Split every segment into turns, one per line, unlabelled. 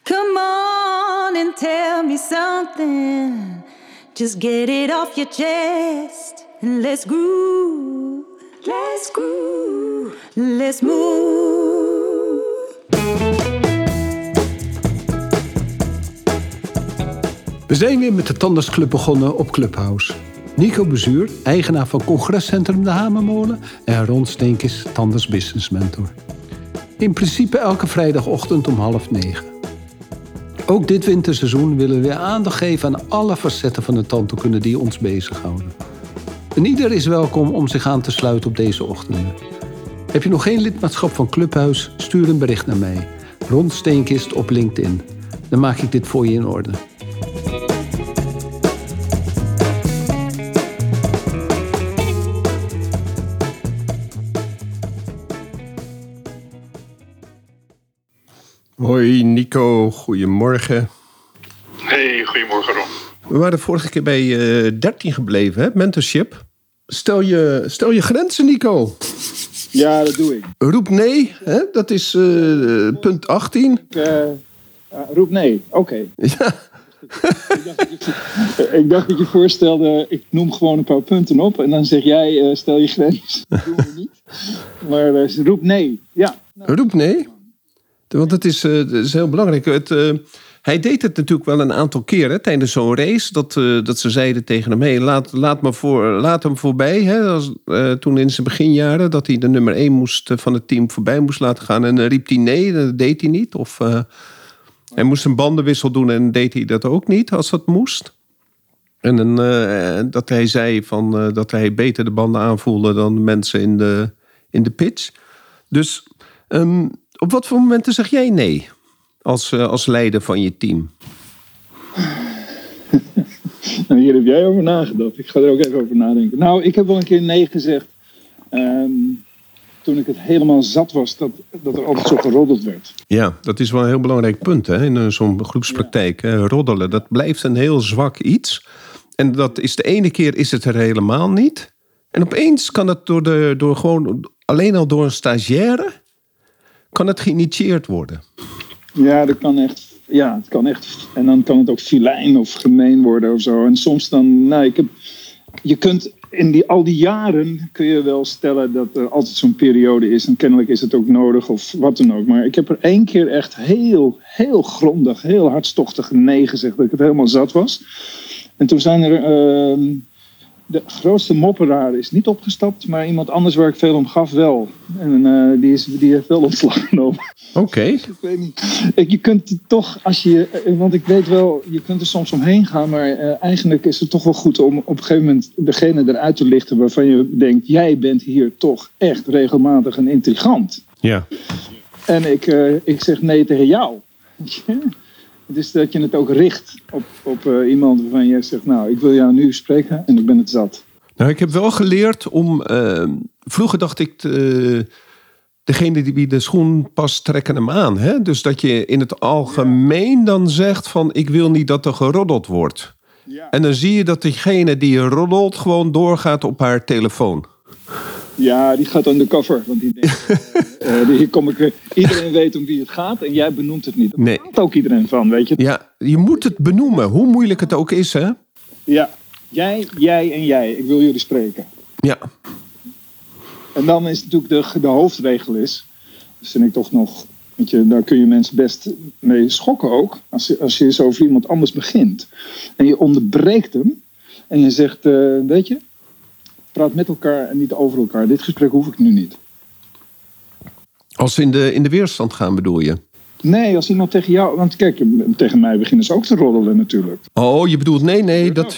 Come on and tell me something. Just get it off your chest and let's groove. Let's groove. Let's move.
We zijn weer met de Tandartsclub begonnen op Clubhouse. Nico Bezuur, eigenaar van Congrescentrum De Hamermolen, en Ron Steenkis, Tandarts Business Mentor. In principe elke vrijdagochtend om 8:30. Ook dit winterseizoen willen we weer aandacht geven aan alle facetten van de tandheelkunde die ons bezighouden. En ieder is welkom om zich aan te sluiten op deze ochtenden. Heb je nog geen lidmaatschap van Clubhuis? Stuur een bericht naar mij. Ron Steenkist op LinkedIn. Dan maak ik dit voor je in orde.
Hoi Nico, goedemorgen.
Hey, goedemorgen Ron.
We waren de vorige keer bij 13 gebleven, hè? Mentorship. Stel je grenzen, Nico.
Ja, dat doe ik.
Roep nee, hè? Dat is punt 18.
Roep nee, oké.
Ja.
Ik dacht dat je voorstelde, ik noem gewoon een paar punten op en dan zeg jij, stel je grens. Dat doen we niet. Maar roep nee, ja.
Roep nee? Want het is heel belangrijk. Hij deed het natuurlijk wel een aantal keren tijdens zo'n race. Dat ze zeiden tegen hem, hey, laat hem voorbij. Hè? Toen in zijn beginjaren dat hij de nummer 1 van het team voorbij moest laten gaan. En dan riep hij nee, dat deed hij niet. Of hij moest een bandenwissel doen en deed hij dat ook niet als dat moest. En dat hij zei dat hij beter de banden aanvoelde dan de mensen in de pitch. Dus op wat voor momenten zeg jij nee? Als leider van je team?
Nou, hier heb jij over nagedacht. Ik ga er ook even over nadenken. Nou, ik heb wel een keer nee gezegd. Toen ik het helemaal zat was dat er altijd zo geroddeld werd.
Ja, dat is wel een heel belangrijk punt, hè, in zo'n groepspraktijk. Ja. Roddelen, dat blijft een heel zwak iets. En dat is de ene keer is het er helemaal niet. En opeens kan het door gewoon alleen al door een stagiaire kan het geïnitieerd worden.
Ja, dat kan echt. Ja, het kan echt. En dan kan het ook filijn of gemeen worden of zo. En soms dan. Nou, je kunt al die jaren kun je wel stellen dat er altijd zo'n periode is. En kennelijk is het ook nodig of wat dan ook. Maar ik heb er 1 keer echt heel, heel grondig, heel hartstochtig nee gezegd. Dat ik het helemaal zat was. En toen zijn er. De grootste mopperaar is niet opgestapt, maar iemand anders waar ik veel om gaf wel. En die heeft wel ontslag genomen.
Oké.
Ik weet niet. Je kunt toch, want ik weet wel, je kunt er soms omheen gaan, maar eigenlijk is het toch wel goed om op een gegeven moment degene eruit te lichten waarvan je denkt, jij bent hier toch echt regelmatig een intrigant.
Ja.
En ik zeg nee tegen jou. Het is dat je het ook richt op iemand waarvan jij zegt, nou, ik wil jou nu spreken en ik ben het zat.
Nou, ik heb wel geleerd om. Vroeger dacht ik, degene die de schoen past, trekken hem aan. Hè? Dus dat je in het algemeen dan zegt van, ik wil niet dat er geroddeld wordt. Ja. En dan zie je dat diegene die roddelt gewoon doorgaat op haar telefoon.
Ja, die gaat undercover. Want die denkt, hier kom ik weer. Iedereen weet om wie het gaat en jij benoemt het niet. Daar gaat ook iedereen van, weet je.
Ja, je moet het benoemen, hoe moeilijk het ook is, hè?
Ja, jij en jij. Ik wil jullie spreken.
Ja.
En dan is natuurlijk de hoofdregel is, dat vind ik toch nog, weet je, daar kun je mensen best mee schokken ook. Als je eens over iemand anders begint en je onderbreekt hem en je zegt, weet je, praat met elkaar en niet over elkaar. Dit gesprek hoef ik nu niet.
Als ze in de weerstand gaan, bedoel je?
Nee, als iemand tegen jou... Want kijk, tegen mij beginnen ze ook te roddelen natuurlijk.
Oh, je bedoelt nee. Dat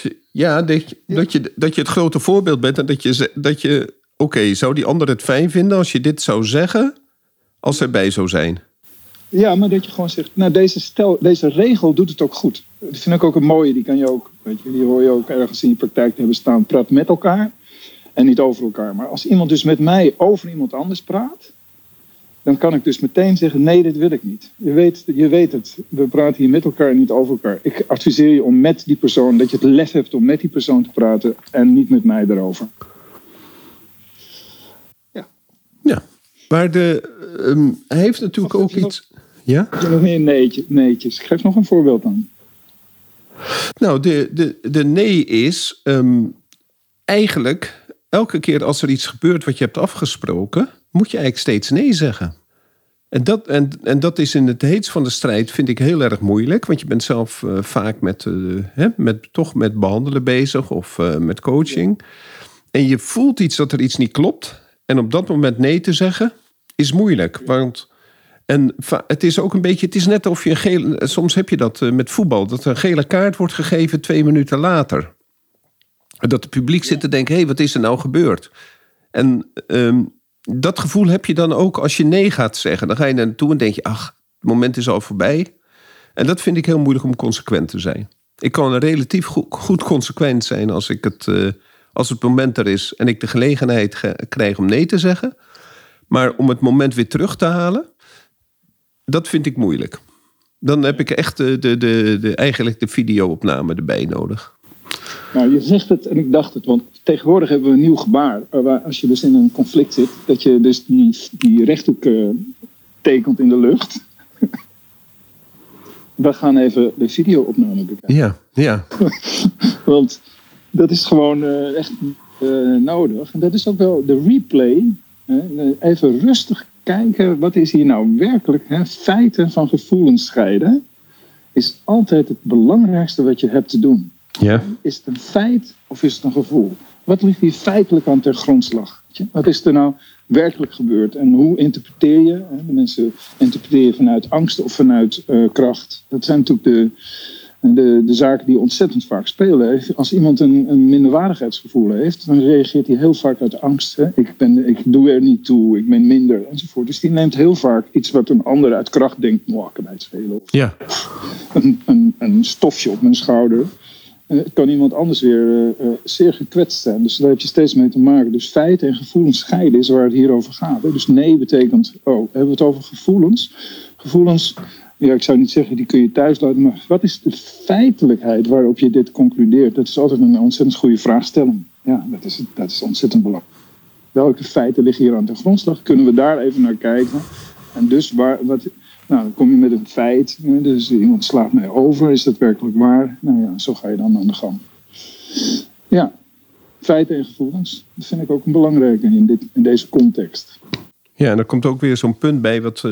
je het grote voorbeeld bent. En dat je oké, zou die ander het fijn vinden als je dit zou zeggen? Als ze erbij zou zijn?
Ja, maar dat je gewoon zegt, nou, deze regel doet het ook goed. Dat vind ik ook een mooie. Die kan je ook, weet je, die hoor je ook ergens in je praktijk te hebben staan. Praat met elkaar en niet over elkaar. Maar als iemand dus met mij over iemand anders praat, dan kan ik dus meteen zeggen, nee, dit wil ik niet. Je weet het. We praten hier met elkaar en niet over elkaar. Ik adviseer je om met die persoon, dat je het lef hebt om met die persoon te praten en niet met mij erover.
Ja. Maar hij heeft natuurlijk ook iets. Ja?
Nog meer neetjes. Ik geef nog een voorbeeld dan.
Nou, de nee is eigenlijk elke keer als er iets gebeurt wat je hebt afgesproken, moet je eigenlijk steeds nee zeggen. En dat is in het heetst van de strijd, vind ik heel erg moeilijk. Want je bent zelf vaak met behandelen bezig of met coaching. En je voelt iets dat er iets niet klopt. En op dat moment nee te zeggen is moeilijk. En het is ook een beetje, het is net of je soms heb je dat met voetbal, dat een gele kaart wordt gegeven 2 minuten later. En dat het publiek zit te denken, hé, wat is er nou gebeurd? En dat gevoel heb je dan ook als je nee gaat zeggen. Dan ga je naartoe en denk je, ach, het moment is al voorbij. En dat vind ik heel moeilijk om consequent te zijn. Ik kan relatief goed consequent zijn als het moment er is en ik de gelegenheid krijg om nee te zeggen. Maar om het moment weer terug te halen, dat vind ik moeilijk. Dan heb ik echt eigenlijk de video-opname erbij nodig.
Nou, je zegt het en ik dacht het, want tegenwoordig hebben we een nieuw gebaar. Waar als je dus in een conflict zit, dat je dus die rechthoek tekent in de lucht. We gaan even de video-opname bekijken.
Ja.
Want dat is gewoon echt nodig. En dat is ook wel de replay. Even rustig kijken, wat is hier nou werkelijk? Feiten van gevoelens scheiden is altijd het belangrijkste wat je hebt te doen.
Ja.
Is het een feit of is het een gevoel? Wat ligt hier feitelijk aan ter grondslag? Wat is er nou werkelijk gebeurd? En hoe interpreteer je? De mensen interpreteren vanuit angst of vanuit kracht. Dat zijn natuurlijk de zaken die ontzettend vaak spelen. Als iemand een minderwaardigheidsgevoel heeft, dan reageert hij heel vaak uit angst. Ik doe er niet toe, ik ben minder enzovoort. Dus die neemt heel vaak iets wat een ander uit kracht denkt, ik kan mij het schelen.
Ja.
Een stofje op mijn schouder. Kan iemand anders weer zeer gekwetst zijn. Dus daar heb je steeds mee te maken. Dus feiten en gevoelens scheiden is waar het hier over gaat. Dus nee betekent, hebben we het over gevoelens? Gevoelens, ja, ik zou niet zeggen, die kun je thuis laten. Maar wat is de feitelijkheid waarop je dit concludeert? Dat is altijd een ontzettend goede vraagstelling. Ja, dat is ontzettend belangrijk. Welke feiten liggen hier aan de grondslag? Kunnen we daar even naar kijken? En dus dan kom je met een feit. Dus iemand slaat mij over. Is dat werkelijk waar? Nou ja, zo ga je dan aan de gang. Ja, feiten en gevoelens. Dat vind ik ook een belangrijke in deze context.
Ja, en er komt ook weer zo'n punt bij wat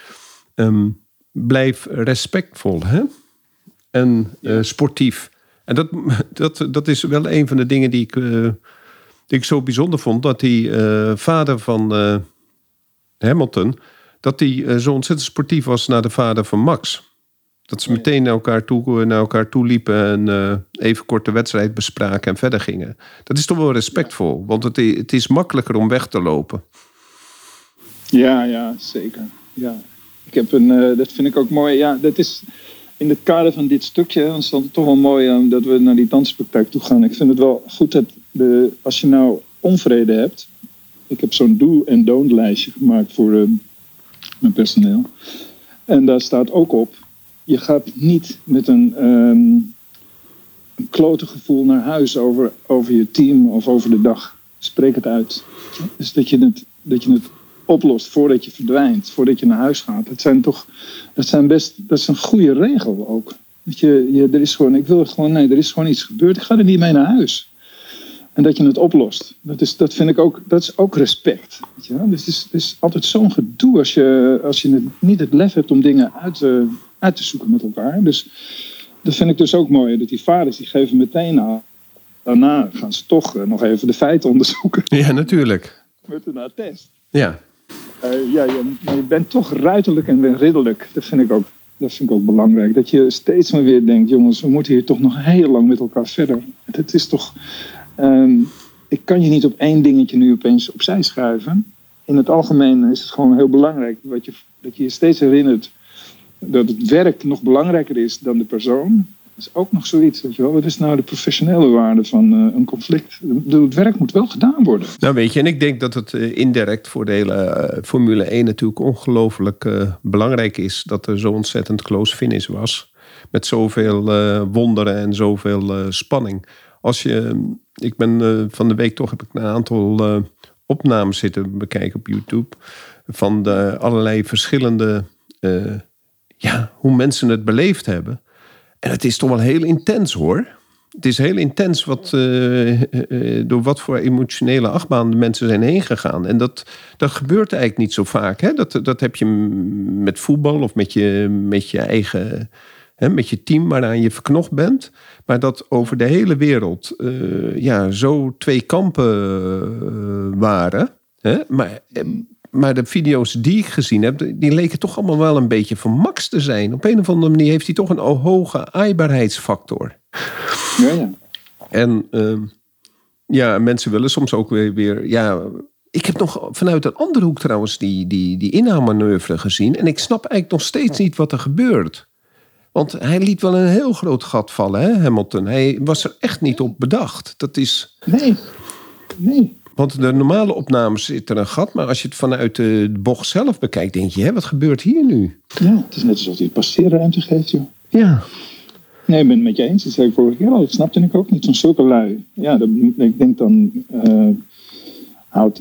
blijf respectvol, hè? En sportief. En dat is wel een van de dingen die ik zo bijzonder vond. Dat die vader van Hamilton, dat hij zo ontzettend sportief was naar de vader van Max. Dat ze meteen naar elkaar toe liepen en even kort de wedstrijd bespraken en verder gingen. Dat is toch wel respectvol, want het is makkelijker om weg te lopen.
Ja, zeker. Ja. Ik heb dat vind ik ook mooi. Ja, dat is in het kader van dit stukje, dan is het toch wel mooi dat we naar die danspraktijk toe gaan. Ik vind het wel goed dat als je nou onvrede hebt. Ik heb zo'n do- en don't lijstje gemaakt voor mijn personeel. En daar staat ook op, je gaat niet met een klote gevoel naar huis over je team of over de dag. Spreek het uit. Dus dat je het oplost voordat je verdwijnt, voordat je naar huis gaat. Dat is een goede regel ook. Er is gewoon iets gebeurd, ik ga er niet mee naar huis. En dat je het oplost. Dat vind ik ook, dat is ook respect. Weet je wel? Dus het is altijd zo'n gedoe als je niet het lef hebt om dingen uit te zoeken met elkaar. Dus dat vind ik dus ook mooi. Dat die vaders die geven meteen aan. Daarna gaan ze toch nog even de feiten onderzoeken.
Ja, natuurlijk.
Met een attest.
Ja.
Je bent toch ruiterlijk en ridderlijk. Dat vind ik ook belangrijk. Dat je steeds maar weer denkt, jongens, we moeten hier toch nog heel lang met elkaar verder. Het is toch... ik kan je niet op één dingetje nu opeens opzij schuiven. In het algemeen is het gewoon heel belangrijk dat je je steeds herinnert dat het werk nog belangrijker is dan de persoon. Dat is ook nog zoiets, weet je wel. Wat is nou de professionele waarde van een conflict? Het werk moet wel gedaan worden.
Nou weet je, en ik denk dat het indirect voor de hele Formule 1 natuurlijk ongelooflijk belangrijk is dat er zo ontzettend close finish was. Met zoveel wonderen en zoveel spanning. Ik ben van de week heb ik een aantal opnames zitten bekijken op YouTube van allerlei verschillende hoe mensen het beleefd hebben. En het is toch wel heel intens, hoor. Het is heel intens door wat voor emotionele achtbaan de mensen zijn heen gegaan. En dat gebeurt eigenlijk niet zo vaak. Hè? Dat heb je met voetbal of met je eigen... met je team waaraan je verknocht bent. Maar dat over de hele wereld zo 2 kampen waren. Hè? Maar de video's die ik gezien heb, die leken toch allemaal wel een beetje van Max te zijn. Op een of andere manier heeft hij toch een hoge aaibaarheidsfactor.
Ja.
En mensen willen soms ook weer ik heb nog vanuit een andere hoek trouwens die inhaalmanoeuvre gezien. En ik snap eigenlijk nog steeds niet wat er gebeurt. Want hij liet wel een heel groot gat vallen, hè, Hamilton. Hij was er echt niet op bedacht. Dat is... Nee. Want de normale opnames zit er een gat. Maar als je het vanuit de bocht zelf bekijkt, denk je... wat gebeurt hier nu?
Ja, het is net alsof hij het passeerruimte geeft, joh.
Ja.
Nee, ik ben het met je eens. Dat zei ik vorige keer al. Dat snapte ik ook niet. Zo'n zulke lui. Ja, ik denk dan... Houd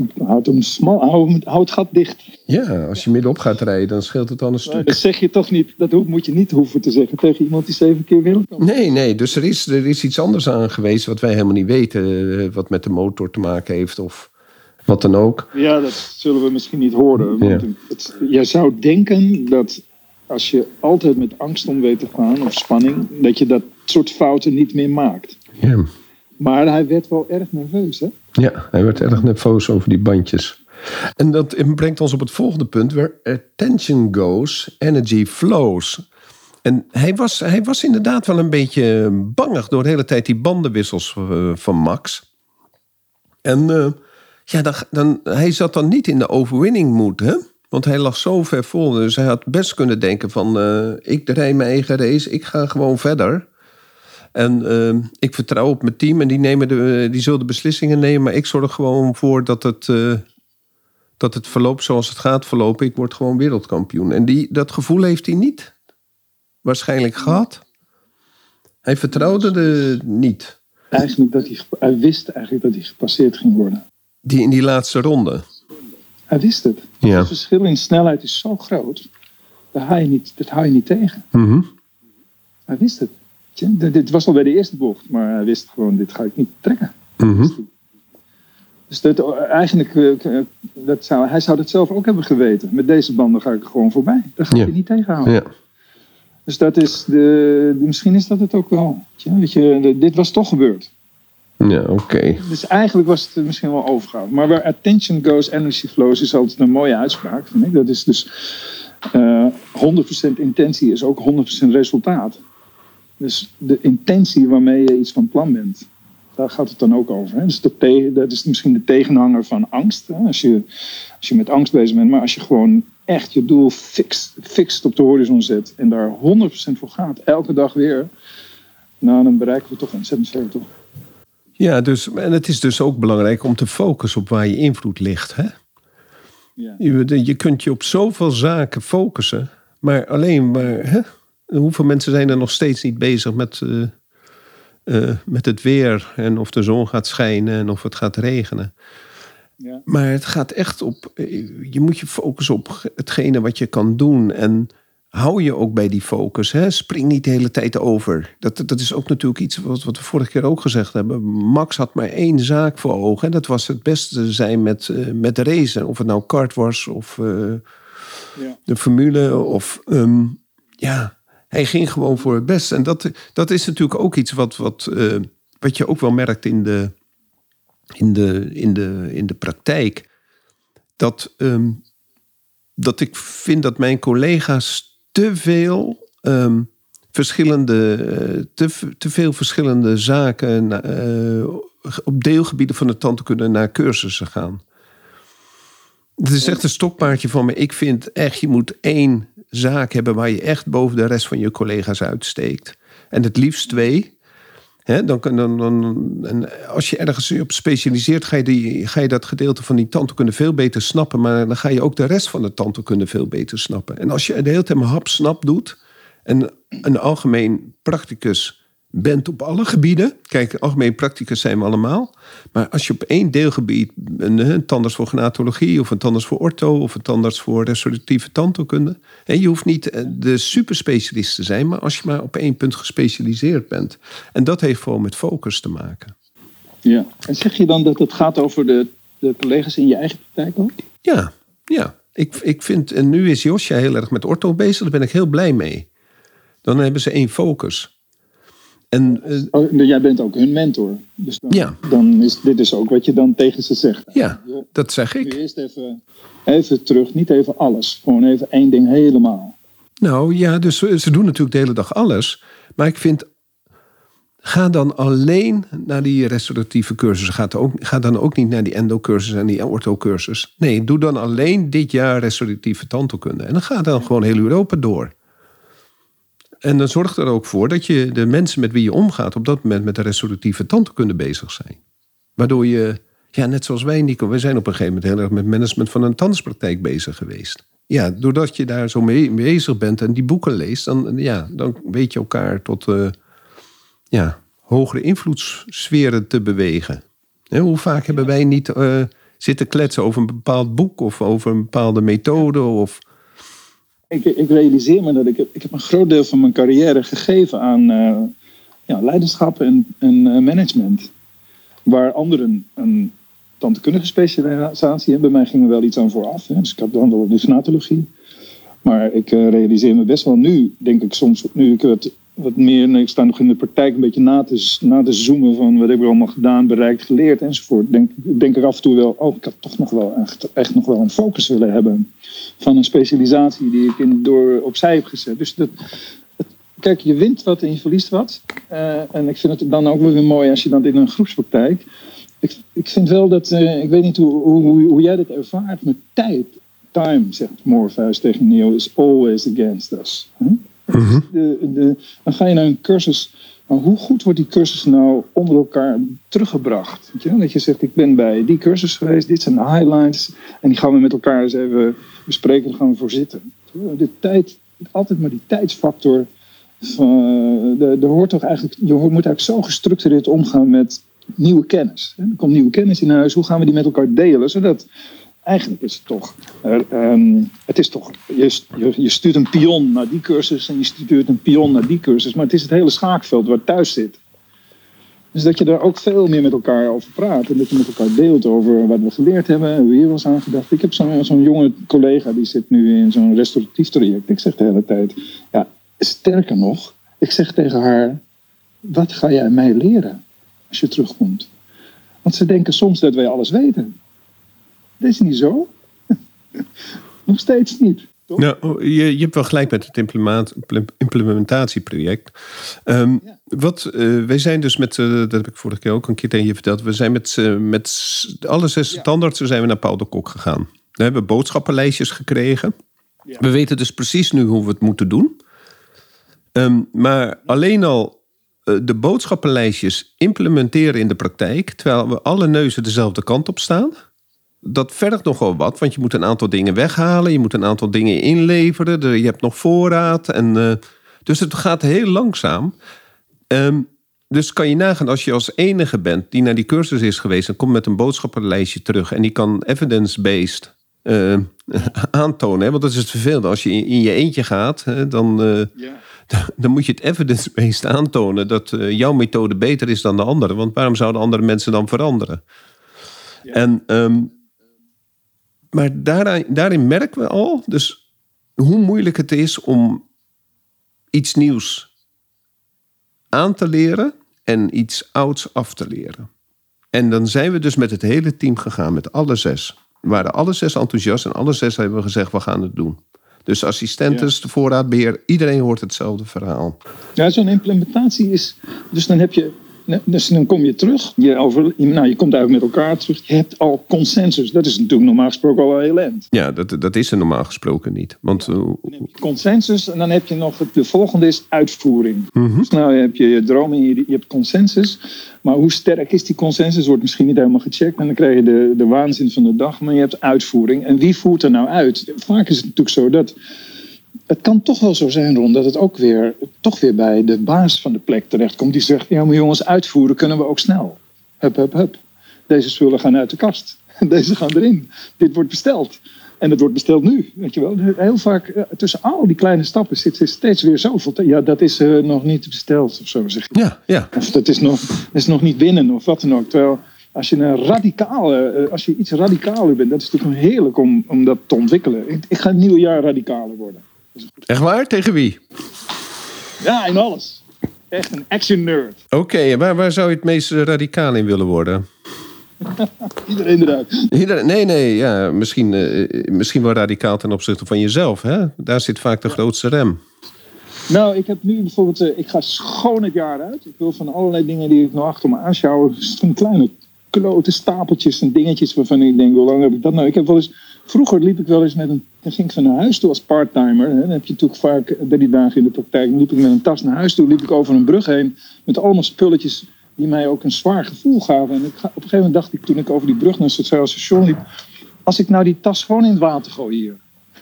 het gat dicht.
Ja, als je middenop gaat rijden, dan scheelt het dan een stuk.
Dat zeg je toch niet. Dat moet je niet hoeven te zeggen tegen iemand die 7 keer wil.
Nee. Dus er is iets anders aan geweest wat wij helemaal niet weten. Wat met de motor te maken heeft of wat dan ook.
Ja, dat zullen we misschien niet horen. Want jij zou denken dat als je altijd met angst om weet te gaan of spanning, dat je dat soort fouten niet meer maakt.
Ja.
Maar hij werd wel erg nerveus, hè?
Ja, hij werd erg nerveus over die bandjes. En dat brengt ons op het volgende punt. Where attention goes, energy flows. En hij was inderdaad wel een beetje bangig door de hele tijd die bandenwissels van Max. En hij zat dan niet in de overwinning mood, hè? Want hij lag zo ver vol. Dus hij had best kunnen denken van... ik rijd mijn eigen race, ik ga gewoon verder. En ik vertrouw op mijn team en die zullen de beslissingen nemen. Maar ik zorg gewoon voor dat het verloopt zoals het gaat verlopen. Ik word gewoon wereldkampioen. En dat gevoel heeft hij niet waarschijnlijk gehad. Hij vertrouwde niet.
Hij wist eigenlijk dat hij gepasseerd ging worden.
In die laatste ronde.
Hij wist het.
Ja.
Het verschil in snelheid is zo groot. Dat hou je niet tegen.
Mm-hmm.
Hij wist het. Dit was al bij de eerste bocht, maar hij wist gewoon, dit ga ik niet trekken.
Mm-hmm.
Dus hij zou dat zelf ook hebben geweten. Met deze banden ga ik gewoon voorbij. Daar ga je niet tegenhouden.
Ja.
Dus dat is misschien is dat het ook wel. Weet je, dit was toch gebeurd.
Ja, oké.
Dus eigenlijk was het misschien wel overgehaald. Maar waar attention goes, energy flows is altijd een mooie uitspraak, vind ik. Dat is dus 100% intentie is ook 100% resultaat. Dus de intentie waarmee je iets van plan bent, daar gaat het dan ook over. Hè? Dus dat is misschien de tegenhanger van angst. Hè? Als je met angst bezig bent, maar als je gewoon echt je doel fixed op de horizon zet en daar 100% voor gaat, elke dag weer, nou, dan bereiken we toch ontzettend veel, toch?
Ja, en het is dus ook belangrijk om te focussen op waar je invloed ligt. Hè?
Ja.
Je kunt je op zoveel zaken focussen, maar alleen maar... Hè? Hoeveel mensen zijn er nog steeds niet bezig met het weer en of de zon gaat schijnen en of het gaat regenen.
Ja.
Maar het gaat echt op... Je moet je focussen op hetgene wat je kan doen. En hou je ook bij die focus. Hè? Spring niet de hele tijd over. Dat is ook natuurlijk iets wat we vorige keer ook gezegd hebben. Max had maar 1 zaak voor ogen. En dat was het beste zijn met racen. Of het nou kart was of de formule. Of hij ging gewoon voor het beste. En dat is natuurlijk ook iets wat je ook wel merkt in de praktijk. Dat ik vind dat mijn collega's te veel verschillende zaken op deelgebieden van de tandheelkunde naar cursussen gaan. Het is echt een stokpaardje van me. Ik vind echt, je moet 1 zaak hebben waar je echt boven de rest van je collega's uitsteekt. En het liefst 2. En als je ergens op specialiseert, ga je dat gedeelte van die tandheelkunde veel beter snappen. Maar dan ga je ook de rest van de tandheelkunde veel beter snappen. En als je de hele tijd maar hap-snap doet en een algemeen practicus bent op alle gebieden. Kijk, algemeen practicus zijn we allemaal. Maar als je op één deelgebied, een tandarts voor gnatologie of een tandarts voor ortho of een tandarts voor restauratieve tandheelkunde. En je hoeft niet de superspecialist te zijn, maar als je maar op één punt gespecialiseerd bent. En dat heeft gewoon met focus te maken.
Ja, en zeg je dan dat het gaat over de collega's in je eigen praktijk ook?
Ja. Ik vind, en nu is Josja heel erg met ortho bezig, daar ben ik heel blij mee. Dan hebben ze één focus. En,
jij bent ook hun mentor. Dus dan is dit is ook wat je dan tegen ze zegt.
Ja, dat zeg ik.
Nu eerst even terug, niet even alles. Gewoon even één ding helemaal.
Nou ja, dus ze doen natuurlijk de hele dag alles. Maar ik vind, ga dan alleen naar die restauratieve cursussen. Ga dan ook niet naar die endo-cursus en die ortho-cursus. Nee, doe dan alleen dit jaar restauratieve tandheelkunde. En dan gaat dan gewoon heel Europa door. En dan zorgt er ook voor dat je de mensen met wie je omgaat op dat moment met de restauratieve tandheelkunde bezig zijn. Waardoor je, ja, net zoals wij, Nico, wij zijn op een gegeven moment heel erg met management van een tandartspraktijk bezig geweest. Ja, doordat je daar zo mee bezig bent en die boeken leest, dan weet je elkaar tot hogere invloedssferen te bewegen. Hoe vaak hebben wij niet zitten kletsen over een bepaald boek of over een bepaalde methode of...
Ik realiseer me dat ik heb een groot deel van mijn carrière gegeven aan leiderschap en management. Waar anderen een tandheelkundige specialisatie hebben. Bij mij ging er wel iets aan vooraf. Hè. Dus ik had dan de gnatologie. Maar ik realiseer me best wel nu, denk ik soms, nu ik wat meer, ik sta nog in de praktijk een beetje na te zoomen van wat heb ik allemaal gedaan, bereikt, geleerd enzovoort. Denk ik af en toe wel, ik had toch nog wel echt nog wel een focus willen hebben van een specialisatie die ik opzij heb gezet. Dus kijk, je wint wat en je verliest wat. En ik vind het dan ook wel weer mooi als je dan in een groepspraktijk. Ik vind wel dat, ik weet niet hoe jij dat ervaart met tijd. Time, zegt Morpheus tegen Neo, is always against us. Mm-hmm. Dan ga je naar een cursus. Maar hoe goed wordt die cursus nou onder elkaar teruggebracht? Weet je? Dat je zegt, ik ben bij die cursus geweest, dit zijn de highlights. En die gaan we met elkaar eens even bespreken, daar gaan we voor zitten. De tijd, altijd maar die tijdsfactor. Er hoort toch eigenlijk, je moet eigenlijk zo gestructureerd omgaan met nieuwe kennis. Er komt nieuwe kennis in huis, hoe gaan we die met elkaar delen? Zodat eigenlijk is het toch, je stuurt een pion naar die cursus en je stuurt een pion naar die cursus. Maar het is het hele schaakveld waar het thuis zit. Dus dat je daar ook veel meer met elkaar over praat. En dat je met elkaar deelt over wat we geleerd hebben. Hoe hier was aangedacht. Ik heb zo'n jonge collega die zit nu in zo'n restauratief traject. Ik zeg de hele tijd, ja, sterker nog. Ik zeg tegen haar, wat ga jij mij leren als je terugkomt? Want ze denken soms dat wij alles weten. Dat is niet zo. Nog steeds niet. Toch?
Nou, je hebt wel gelijk met het implementatieproject. Wij zijn dus met, dat heb ik vorige keer ook een keer tegen je verteld. We zijn met alle 6 tandartsen zijn we naar Paul de Kok gegaan. We hebben boodschappenlijstjes gekregen. Ja. We weten dus precies nu hoe we het moeten doen. Maar alleen al de boodschappenlijstjes implementeren in de praktijk, terwijl we alle neuzen dezelfde kant op staan. Dat vergt nogal wat, want je moet een aantal dingen weghalen. Je moet een aantal dingen inleveren. Je hebt nog voorraad. Dus het gaat heel langzaam. Dus kan je nagaan, als je als enige bent die naar die cursus is geweest en komt met een boodschappenlijstje terug en die kan evidence-based aantonen. Hè? Want dat is het vervelende. Als je in je eentje gaat, dan moet je het evidence-based aantonen dat jouw methode beter is dan de andere. Want waarom zouden andere mensen dan veranderen? Ja. Maar daarin merken we al dus hoe moeilijk het is om iets nieuws aan te leren en iets ouds af te leren. En dan zijn we dus met het hele team gegaan, met alle 6. We waren alle 6 enthousiast en alle 6 hebben we gezegd, we gaan het doen. Dus assistentes, de voorraadbeheer, iedereen hoort hetzelfde verhaal.
Ja, zo'n implementatie is, dus dan heb je... Dus dan kom je terug. Je komt eigenlijk met elkaar terug. Je hebt al consensus. Dat is natuurlijk normaal gesproken al heel eind.
Ja, dat is er normaal gesproken niet. Want,
dan heb je consensus en dan heb je nog... De volgende is uitvoering. Mm-hmm. Dus nou heb je je dromen en je hebt consensus. Maar hoe sterk is die consensus? Wordt misschien niet helemaal gecheckt. En dan krijg je de waanzin van de dag. Maar je hebt uitvoering. En wie voert er nou uit? Vaak is het natuurlijk zo dat... het kan toch wel zo zijn, Ron, dat het ook toch weer bij de baas van de plek terechtkomt. Die zegt, ja, maar jongens, uitvoeren kunnen we ook snel. Hup, hup, hup. Deze spullen gaan uit de kast. Deze gaan erin. Dit wordt besteld. En het wordt besteld nu, weet je wel. Heel vaak tussen al die kleine stappen zit steeds weer zoveel. Ja, dat is nog niet besteld of zo, zeg je.
Ja.
Of dat is nog niet binnen of wat dan ook. Terwijl als je iets radicaler bent, dat is natuurlijk heerlijk om dat te ontwikkelen. Ik ga het nieuwe jaar radicaler worden.
Echt waar? Tegen wie?
Ja, in alles. Echt een action nerd.
Oké, en waar zou je het meest radicaal in willen worden?
Iedereen eruit.
Nee, ja, misschien wel radicaal ten opzichte van jezelf. Hè? Daar zit vaak de grootste rem.
Nou, ik heb nu bijvoorbeeld, ik ga schoon het jaar uit. Ik wil van allerlei dingen die ik nog achter me aanschouw, van kleine klote stapeltjes en dingetjes waarvan ik denk, hoe lang heb ik dat nou? Ik heb wel eens, vroeger liep ik wel eens dan ging ik van naar huis toe als parttimer. Hè? Dan heb je natuurlijk vaak bij die dagen in de praktijk. Dan liep ik met een tas naar huis toe, liep ik over een brug heen met allemaal spulletjes die mij ook een zwaar gevoel gaven. En op een gegeven moment dacht ik, toen ik over die brug naar het sociaal station liep, als ik nou die tas gewoon in het water gooi hier,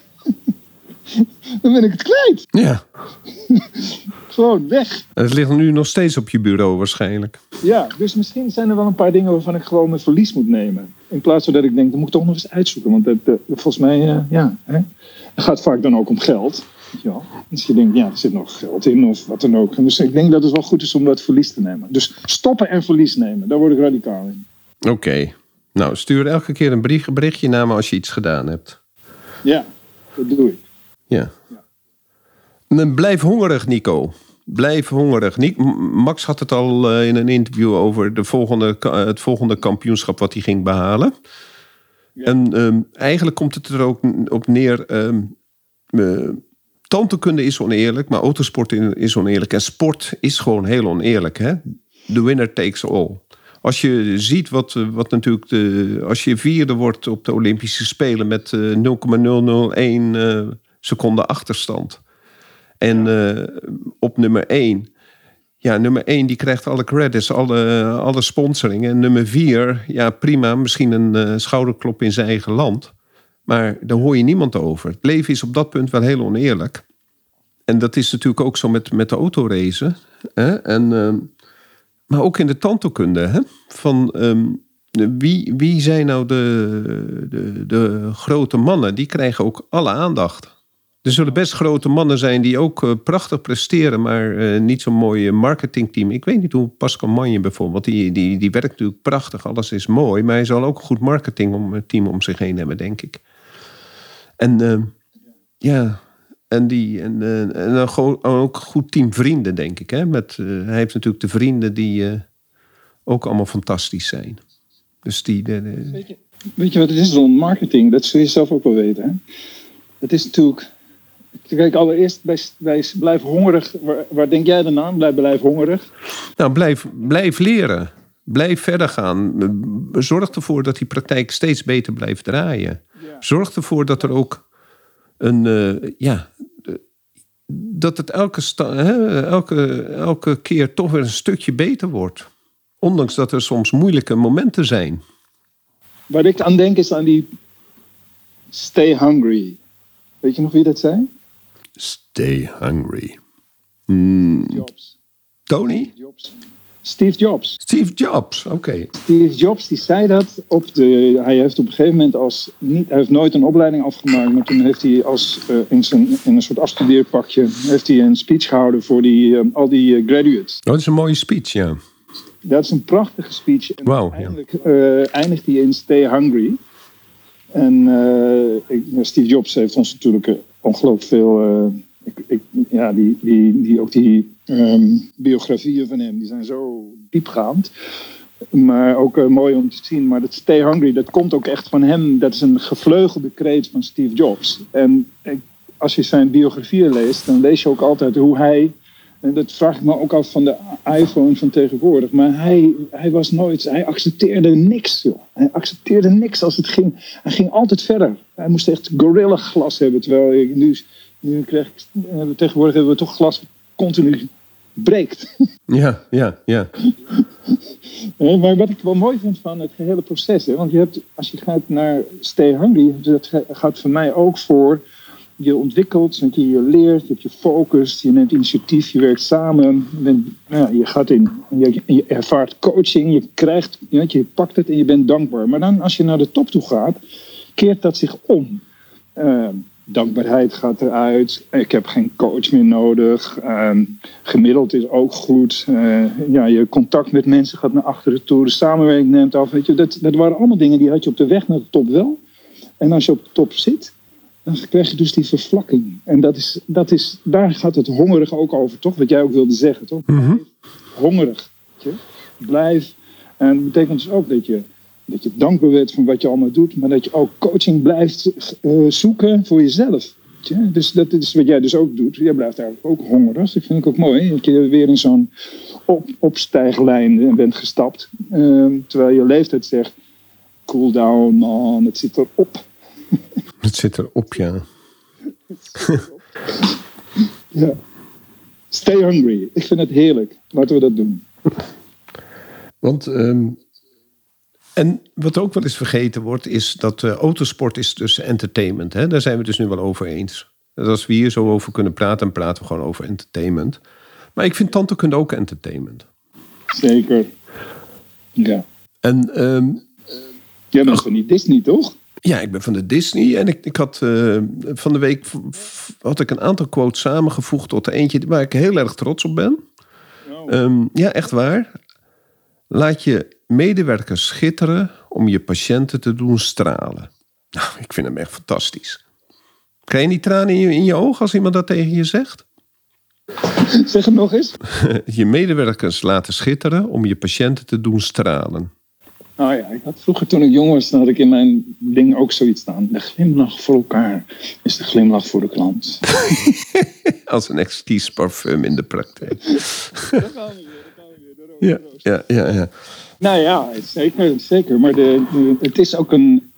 dan ben ik het kwijt.
Ja.
Gewoon weg.
En het ligt nu nog steeds op je bureau waarschijnlijk.
Ja, dus misschien zijn er wel een paar dingen waarvan ik gewoon mijn verlies moet nemen. In plaats van dat ik denk, dat moet ik toch nog eens uitzoeken. Want volgens mij, het gaat vaak dan ook om geld. Ja. Dus je denkt, er zit nog geld in of wat dan ook. Dus ik denk dat het wel goed is om dat verlies te nemen. Dus stoppen en verlies nemen, daar word ik radicaal in.
Oké. Nou, stuur elke keer een berichtje naar me als je iets gedaan hebt.
Ja, dat doe ik.
Ja. En blijf hongerig, Nico. Blijf hongerig. Max had het al in een interview over het volgende kampioenschap wat hij ging behalen. Ja. En eigenlijk komt het er ook op neer. Tandheelkunde is oneerlijk, maar autosport is oneerlijk. En sport is gewoon heel oneerlijk. Hè? The winner takes all. Als je ziet wat natuurlijk als je vierde wordt op de Olympische Spelen met 0,001 seconde achterstand. En op nummer 1. Ja, nummer 1 die krijgt alle credits, alle sponsoring. En nummer 4, ja prima, misschien een schouderklop in zijn eigen land. Maar daar hoor je niemand over. Het leven is op dat punt wel heel oneerlijk. En dat is natuurlijk ook zo met de autoracen. Hè? Maar ook in de tandheelkunde. Hè? Van wie zijn nou de grote mannen? Die krijgen ook alle aandacht. Er zullen best grote mannen zijn die ook prachtig presteren, maar niet zo'n mooi marketingteam. Ik weet niet hoe Pascal Manje bijvoorbeeld, die werkt natuurlijk prachtig, alles is mooi, maar hij zal ook een goed marketingteam om zich heen hebben, denk ik. En ook een goed team vrienden, denk ik. Hè? Hij heeft natuurlijk de vrienden die ook allemaal fantastisch zijn. Dus
Weet je wat het is, Ron? Marketing, dat zul je zelf ook wel weten. Hè? Het is natuurlijk... Kijk, allereerst bij blijf hongerig. Waar denk jij dan aan? Blijf hongerig.
Nou, blijf leren. Blijf verder gaan. Zorg ervoor dat die praktijk steeds beter blijft draaien. Ja. Zorg ervoor dat er ook dat het elke keer toch weer een stukje beter wordt. Ondanks dat er soms moeilijke momenten zijn.
Waar ik aan denk is aan die stay hungry. Weet je nog wie dat zei?
Stay hungry.
Jobs.
Tony?
Steve Jobs.
Steve Jobs, oké.
Steve Jobs die zei dat hij heeft op een gegeven moment hij heeft nooit een opleiding afgemaakt, maar toen heeft hij in een soort afstudeerpakje heeft hij een speech gehouden voor al die graduates.
Dat is een mooie speech, ja.
Dat is een prachtige speech. En
wow,
uiteindelijk eindigt hij in Stay Hungry. En Steve Jobs heeft ons natuurlijk ongelooflijk veel... die biografieën van hem, die zijn zo diepgaand. Maar ook mooi om te zien. Maar dat Stay Hungry, dat komt ook echt van hem. Dat is een gevleugelde kreet van Steve Jobs. En als je zijn biografieën leest, dan lees je ook altijd hoe hij... En dat vraag ik me ook af van de iPhone van tegenwoordig. Maar hij accepteerde niks, joh. Hij accepteerde niks als het ging. Hij ging altijd verder. Hij moest echt gorilla glas hebben. Terwijl tegenwoordig hebben we toch glas dat continu breekt.
Ja.
Maar wat ik wel mooi vind van het gehele proces. Hè, want als je gaat naar Stay Hungry, dat gaat voor mij ook voor je ontwikkelt, je leert, je hebt je focus, je neemt initiatief, je werkt samen. Je gaat in, je ervaart coaching, je pakt het en je bent dankbaar. Maar dan als je naar de top toe gaat, keert dat zich om. Dankbaarheid gaat eruit. Ik heb geen coach meer nodig. Gemiddeld is ook goed. Je contact met mensen gaat naar achteren toe. De samenwerking neemt af. Weet je, dat waren allemaal dingen die had je op de weg naar de top wel. En als je op de top zit, dan krijg je dus die vervlakking. En daar gaat het hongerig ook over, toch? Wat jij ook wilde zeggen, toch?
Mm-hmm.
Hongerig. Weet je? Blijf. En dat betekent dus ook dat je dankbaar bent van wat je allemaal doet, maar dat je ook coaching blijft zoeken voor jezelf. Dus dat is wat jij dus ook doet. Jij blijft eigenlijk ook hongerig. Dat vind ik ook mooi. Dat je weer in zo'n opstijglijn bent gestapt. Terwijl je leeftijd zegt, cool down man, het zit erop.
Het zit erop, ja.
Ja. Stay hungry. Ik vind het heerlijk. Laten we dat doen.
Want... En wat ook wel eens vergeten wordt, is dat autosport is dus entertainment. Hè? Daar zijn we het dus nu wel over eens. Dat als we hier zo over kunnen praten, dan praten we gewoon over entertainment. Maar ik vind tandheelkunde ook entertainment.
Zeker. Ja.
En
jij bent van die Disney, toch?
Ja, ik ben van de Disney. En ik had van de week had ik een aantal quotes samengevoegd tot eentje waar ik heel erg trots op ben. Oh. Ja, echt waar. Laat je medewerkers schitteren om je patiënten te doen stralen. Nou, ik vind hem echt fantastisch. Krijg je niet tranen in je ogen als iemand dat tegen je zegt?
Zeg het nog eens.
Je medewerkers laten schitteren om je patiënten te doen stralen.
Nou ja, ik had vroeger toen ik jong was, dan had ik in mijn ding ook zoiets staan. De glimlach voor elkaar is de glimlach voor de klant.
Als een exquis parfum in de praktijk.
Daar gaan we weer.
Ja.
Nou ja, zeker. Maar het is ook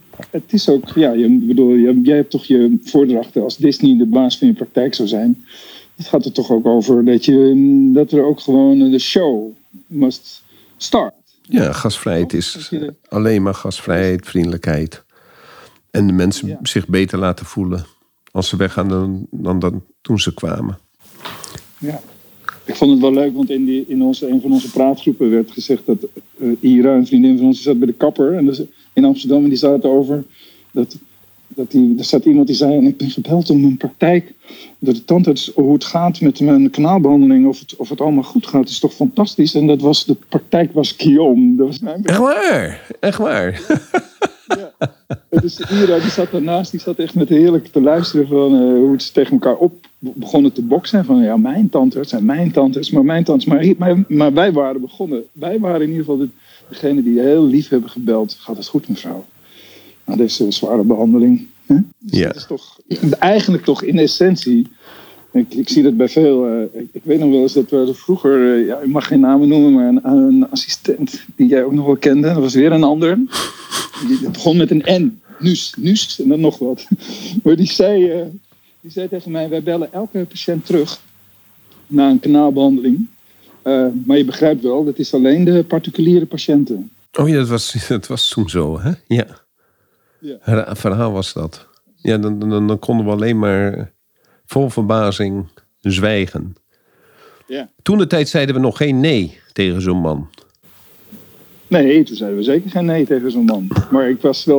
jij hebt toch je voordrachten als Disney de baas van je praktijk zou zijn. Het gaat er toch ook over dat er ook gewoon de show must start.
Ja, gastvrijheid is alleen maar gastvrijheid, vriendelijkheid. En de mensen zich beter laten voelen als ze weggaan dan toen ze kwamen.
Ja. Ik vond het wel leuk, want in een van onze praatgroepen werd gezegd dat Ira, een vriendin van ons, die zat bij de kapper in Amsterdam en die zaten over er zat iemand die zei, en ik ben gebeld om mijn praktijk, door de tandarts, hoe het gaat met mijn kanaalbehandeling, of het allemaal goed gaat, is toch fantastisch. En de praktijk was Guillaume. Dat was mijn
Echt waar.
Ja. Dus Ira, die zat daarnaast, die zat echt met heerlijk te luisteren van hoe ze tegen elkaar begonnen te boksen. Van ja, mijn tandarts en mijn tandarts, maar mijn tandarts. Maar wij waren begonnen. Wij waren in ieder geval degene die heel lief hebben gebeld. Gaat het goed, mevrouw? Nou, deze zware behandeling. Hè? Dus
ja.
Dat is toch eigenlijk toch in essentie. Ik zie dat bij veel. Ik weet nog wel eens dat we vroeger, ik mag geen namen noemen, maar een assistent die jij ook nog wel kende. Dat was weer een ander. Die begon met een N. Nuus en dan nog wat. Maar die zei tegen mij, wij bellen elke patiënt terug na een kanaalbehandeling. Maar je begrijpt wel, dat is alleen de particuliere patiënten.
Oh ja, dat was toen zo, hè? Ja. Het verhaal was dat. Ja, dan konden we alleen maar vol verbazing zwijgen.
Ja. Toen
de tijd zeiden we nog geen nee tegen zo'n man.
Nee, toen zeiden we zeker geen nee tegen zo'n man. Maar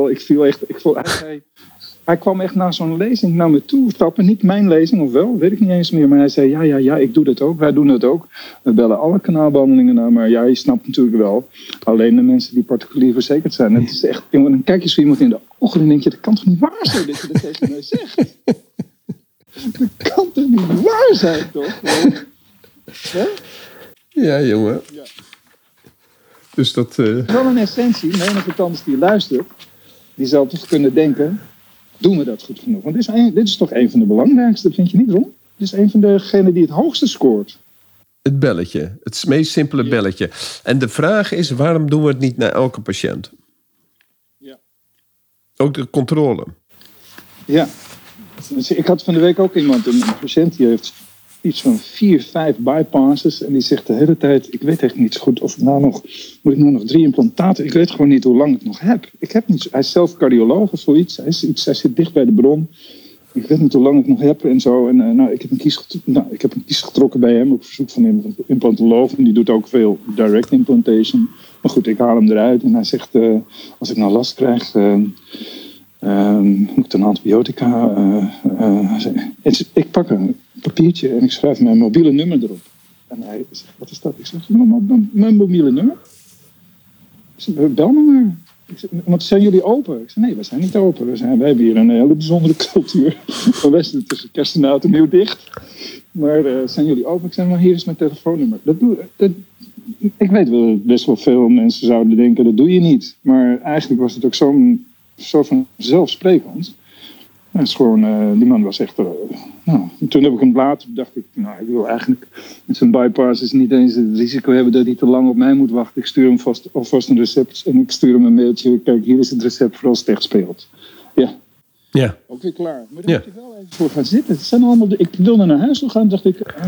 hij kwam echt na zo'n lezing naar me toe stappen. Niet mijn lezing, of wel, weet ik niet eens meer. Maar hij zei, ja, ik doe dat ook. Wij doen dat ook. We bellen alle kanaalbehandelingen naar. Maar ja, je snapt natuurlijk wel. Alleen de mensen die particulier verzekerd zijn. Het is echt, jongen, dan kijk je zo iemand in de ogen en denk je, dat kan toch niet waar zijn dat je dat tegen mij zegt? Dat kan toch niet waar zijn, toch? Hè?
Ja, jongen. Ja. Dus dat...
Wel een essentie, menige tandarts die luistert, die zou toch kunnen denken, doen we dat goed genoeg? Want dit is toch een van de belangrijkste, vind je niet, Ron? Dit is een van degenen die het hoogste scoort.
Het belletje, het meest simpele belletje. En de vraag is, waarom doen we het niet naar elke patiënt?
Ja.
Ook de controle.
Ja. Dus ik had van de week ook iemand, een patiënt, die heeft iets van 4-5 bypasses. En die zegt de hele tijd, ik weet echt niet zo goed of moet ik nou nog 3 implantaten? Ik weet gewoon niet hoe lang ik nog heb. Hij is zelf cardioloog of zoiets. Hij zit dicht bij de bron. Ik weet niet hoe lang ik nog heb en zo. En ik heb een kies getrokken bij hem op verzoek van een implantoloog. En die doet ook veel direct implantation. Maar goed, ik haal hem eruit. En hij zegt, als ik nou last krijg, moet ik dan antibiotica. Ik pak een papiertje en ik schrijf mijn mobiele nummer erop. En hij zegt, wat is dat? Ik zeg, mijn mobiele nummer? Ik zeg, bel me maar. Want zijn jullie open? Ik zei, nee, we zijn niet open. We hebben hier een hele bijzondere cultuur. We zijn tussen kerst en oud en nieuw dicht. Maar zijn jullie open? Ik zei, maar hier is mijn telefoonnummer. Ik weet wel, best wel veel mensen zouden denken, dat doe je niet. Maar eigenlijk was het ook zo vanzelfsprekend. Het is gewoon, die man was echt... toen heb ik hem later, dacht ik, ik wil eigenlijk met zijn bypass niet eens het risico hebben dat hij te lang op mij moet wachten. Ik stuur hem alvast een recept en ik stuur hem een mailtje. Kijk, hier is het recept voor als het echt speelt. Ja. Ook weer klaar. Maar daar moet je wel even voor gaan zitten. Het zijn allemaal ik wilde naar huis toe gaan, dacht ik, ik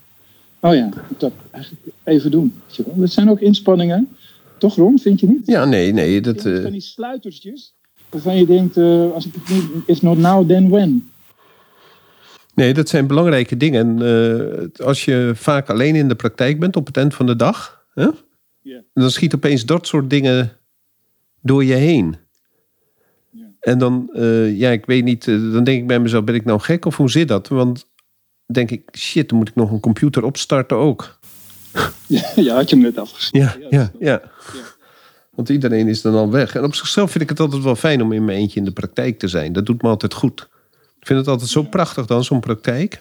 moet dat eigenlijk even doen. Dat zijn ook inspanningen. Toch, Ron, vind je niet?
Ja, nee. Dat
van die sluitertjes. Waarvan je denkt, als ik het niet... If not now, then when?
Nee, dat zijn belangrijke dingen. Als je vaak alleen in de praktijk bent op het eind van de dag... Hè? Yeah. Dan schiet opeens dat soort dingen door je heen. Yeah. En dan, ik weet niet... dan denk ik bij mezelf, ben ik nou gek of hoe zit dat? Want denk ik, shit, dan moet ik nog een computer opstarten ook.
Ja, had je hem net afgesloten.
Ja. Want iedereen is dan al weg. En op zichzelf vind ik het altijd wel fijn om in mijn eentje in de praktijk te zijn. Dat doet me altijd goed. Ik vind het altijd zo prachtig dan, zo'n praktijk.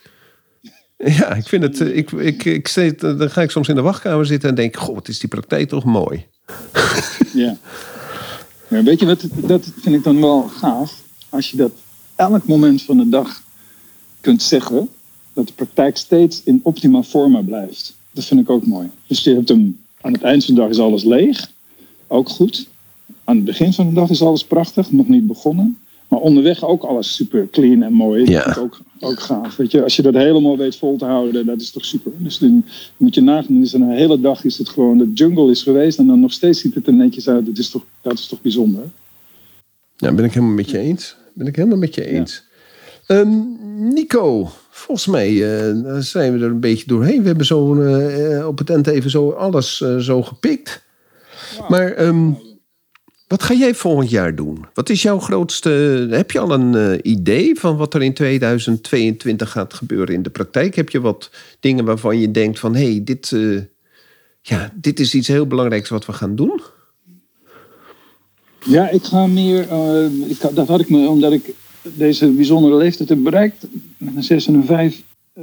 Ja, ik vind het... Dan ga ik soms in de wachtkamer zitten en denk... Goh, wat is die praktijk toch mooi.
Ja. Maar weet je wat, dat vind ik dan wel gaaf. Als je dat elk moment van de dag kunt zeggen... dat de praktijk steeds in optima forma blijft. Dat vind ik ook mooi. Dus je hebt hem... Aan het eind van de dag is alles leeg. Ook goed. Aan het begin van de dag is alles prachtig. Nog niet begonnen. Maar onderweg ook alles super clean en mooi.
Ja.
Dat vind ik ook gaaf. Weet je, als je dat helemaal weet vol te houden, dat is toch super. Dus dan moet je nagaan, is een hele dag is het gewoon, de jungle is geweest en dan nog steeds ziet het er netjes uit. Dat is toch bijzonder.
Ja, ben ik helemaal met je eens. Ja. Nico, volgens mij zijn we er een beetje doorheen. We hebben zo op het eind even zo alles zo gepikt. Wow. Maar wat ga jij volgend jaar doen? Wat is jouw grootste... Heb je al een idee van wat er in 2022 gaat gebeuren in de praktijk? Heb je wat dingen waarvan je denkt van... dit is iets heel belangrijks wat we gaan doen?
Ja, ik ga meer... dat had ik me, omdat ik deze bijzondere leeftijd heb bereikt. Met een 6 en een 5.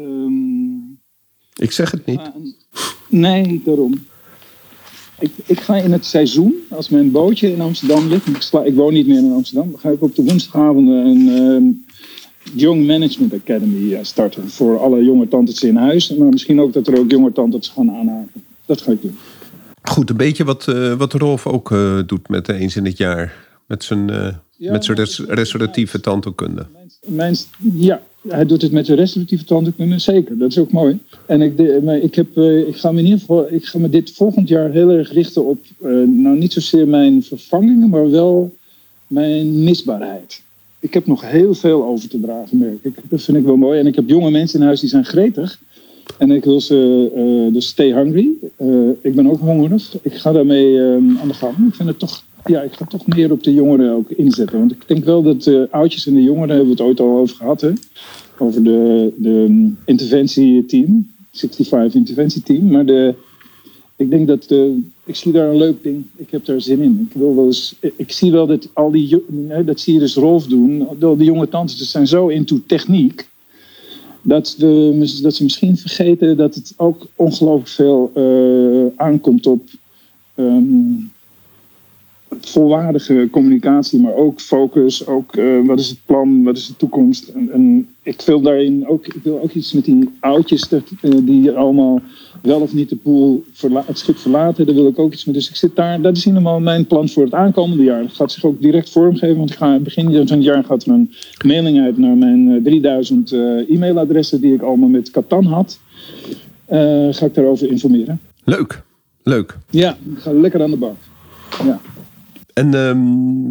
Ik zeg het niet.
Nee, daarom. Ik ga in het seizoen, als mijn bootje in Amsterdam ligt... Ik woon niet meer in Amsterdam... dan ga ik op de woensdagavond een Young Management Academy starten... voor alle jonge tantes in huis. Maar misschien ook dat er ook jonge tantes gaan aanhaken. Dat ga ik doen.
Goed, een beetje wat Rolf ook doet met eens in het jaar. Met zijn restauratieve tandheelkunde.
Hij doet het met de restauratieve tandheelkunde, zeker. Dat is ook mooi. En ik ga me dit volgend jaar heel erg richten op... niet zozeer mijn vervangingen, maar wel mijn misbaarheid. Ik heb nog heel veel over te dragen, merk ik. Dat vind ik wel mooi. En ik heb jonge mensen in huis die zijn gretig. En ik wil ze... dus stay hungry. Ik ben ook hongerig. Ik ga daarmee aan de gang. Ik vind het toch... Ja, ik ga toch meer op de jongeren ook inzetten. Want ik denk wel dat de oudjes en de jongeren... hebben we het ooit al over gehad, hè? Over de interventieteam. 65 interventieteam. Maar ik denk dat... ik zie daar een leuk ding. Ik heb daar zin in. Ik zie wel dat al die... dat zie je dus Rolf doen. De jonge tantes zijn zo into techniek... Dat ze misschien vergeten dat het ook ongelooflijk veel aankomt op... volwaardige communicatie, maar ook focus, ook wat is het plan, wat is de toekomst. En ik wil daarin ook, iets met die oudjes die allemaal wel of niet de boel het schip verlaten, daar wil ik ook iets mee. Dus ik zit daar, dat is helemaal mijn plan voor het aankomende jaar. Dat gaat zich ook direct vormgeven, want begin van het jaar gaat er een mailing uit naar mijn 3000 e-mailadressen die ik allemaal met Catan had. Ga ik daarover informeren.
Leuk.
Ja, ik ga lekker aan de bak. Ja.
En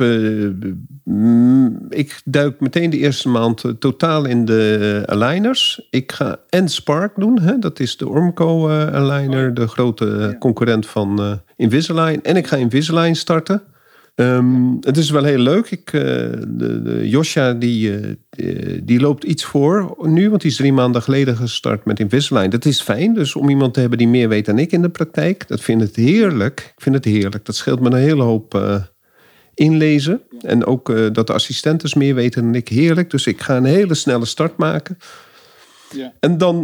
ik duik meteen de eerste maand totaal in de aligners. Ik ga en Spark doen. Hè? Dat is de Ormco aligner, de grote concurrent van Invisalign. En ik ga Invisalign starten. Het is wel heel leuk. De Josja die loopt iets voor nu, want die is 3 maanden geleden gestart met Invisalign. Dat is fijn, dus om iemand te hebben die meer weet dan ik in de praktijk. Dat vind ik heerlijk. Ik vind het heerlijk. Dat scheelt me een hele hoop inlezen. En ook dat de assistentes meer weten dan ik. Heerlijk. Dus ik ga een hele snelle start maken. Ja. En dan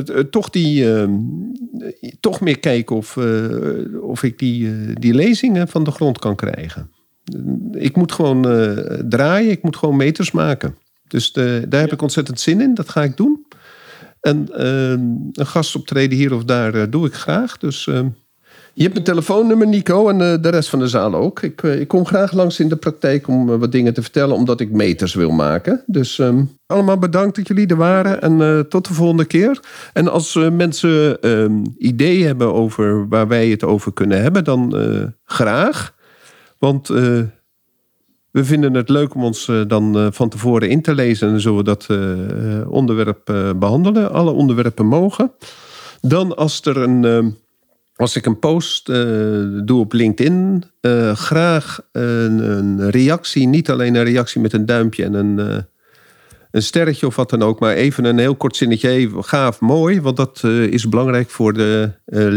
toch meer kijken of ik die lezingen van de grond kan krijgen. Ik moet gewoon draaien, ik moet gewoon meters maken. Dus daar heb ik ontzettend zin in, dat ga ik doen. En een gastoptreden hier of daar doe ik graag. Dus je hebt mijn telefoonnummer, Nico, en de rest van de zaal ook. Ik kom graag langs in de praktijk om wat dingen te vertellen, omdat ik meters wil maken. Dus allemaal bedankt dat jullie er waren en tot de volgende keer. En als mensen ideeën hebben over waar wij het over kunnen hebben, dan graag. Want we vinden het leuk om ons dan van tevoren in te lezen. En dan zullen we dat onderwerp behandelen. Alle onderwerpen mogen. Dan als ik een post doe op LinkedIn, graag een reactie. Niet alleen een reactie met een duimpje en een sterretje of wat dan ook. Maar even een heel kort zinnetje. Hey, gaaf, mooi. Want dat is belangrijk voor de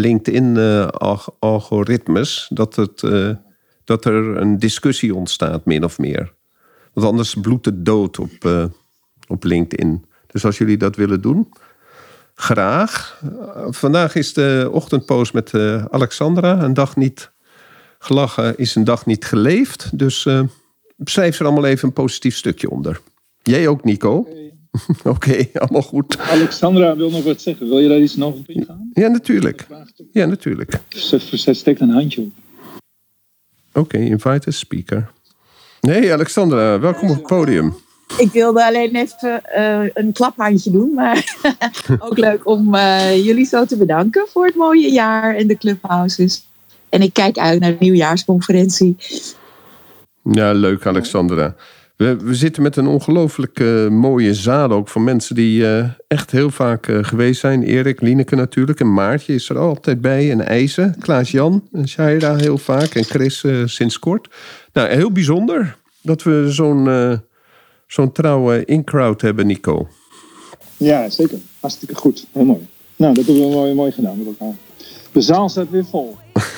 LinkedIn-algoritmes. Dat er een discussie ontstaat, min of meer. Want anders bloedt het dood op LinkedIn. Dus als jullie dat willen doen, graag. Vandaag is de ochtendpost met Alexandra. Een dag niet gelachen is een dag niet geleefd. Dus schrijf er allemaal even een positief stukje onder. Jij ook, Nico? Oké, allemaal goed.
Alexandra wil nog wat zeggen. Wil je daar iets nog op ingaan?
Ja, natuurlijk. Ja, natuurlijk.
Ze steekt een handje op.
Oké, invite a speaker. Nee, Alexandra, welkom op het podium.
Ik wilde alleen even een klaphandje doen. Maar ook leuk om jullie zo te bedanken voor het mooie jaar en de clubhouses. En ik kijk uit naar de nieuwjaarsconferentie.
Ja, leuk, Alexandra. We zitten met een ongelooflijk mooie zaal ook van mensen die echt heel vaak geweest zijn. Erik, Lieneke natuurlijk. En Maartje is er altijd bij. En IJze, Klaas-Jan en Shaira heel vaak. En Chris sinds kort. Nou, heel bijzonder dat we zo'n trouwe in-crowd hebben, Nico.
Ja, zeker. Hartstikke goed. Heel mooi. Nou, dat hebben we mooi gedaan met elkaar. De zaal staat weer vol.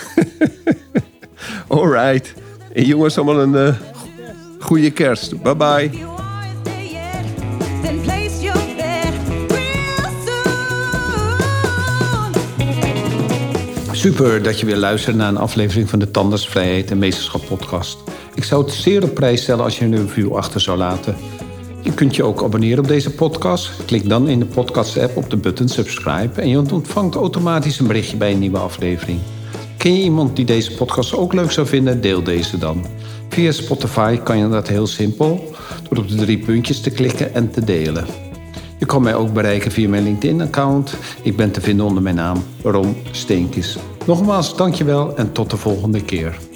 Alright. En jongens, allemaal een goede kerst. Bye bye.
Super dat je weer luistert naar een aflevering van de Tandartsvrijheid en Meesterschap podcast. Ik zou het zeer op prijs stellen als je een review achter zou laten. Je kunt je ook abonneren op deze podcast. Klik dan in de podcast-app op de button subscribe en je ontvangt automatisch een berichtje bij een nieuwe aflevering. Ken je iemand die deze podcast ook leuk zou vinden? Deel deze dan. Via Spotify kan je dat heel simpel door op de 3 puntjes te klikken en te delen. Je kan mij ook bereiken via mijn LinkedIn-account. Ik ben te vinden onder mijn naam Ron Steenkis. Nogmaals, dankjewel en tot de volgende keer.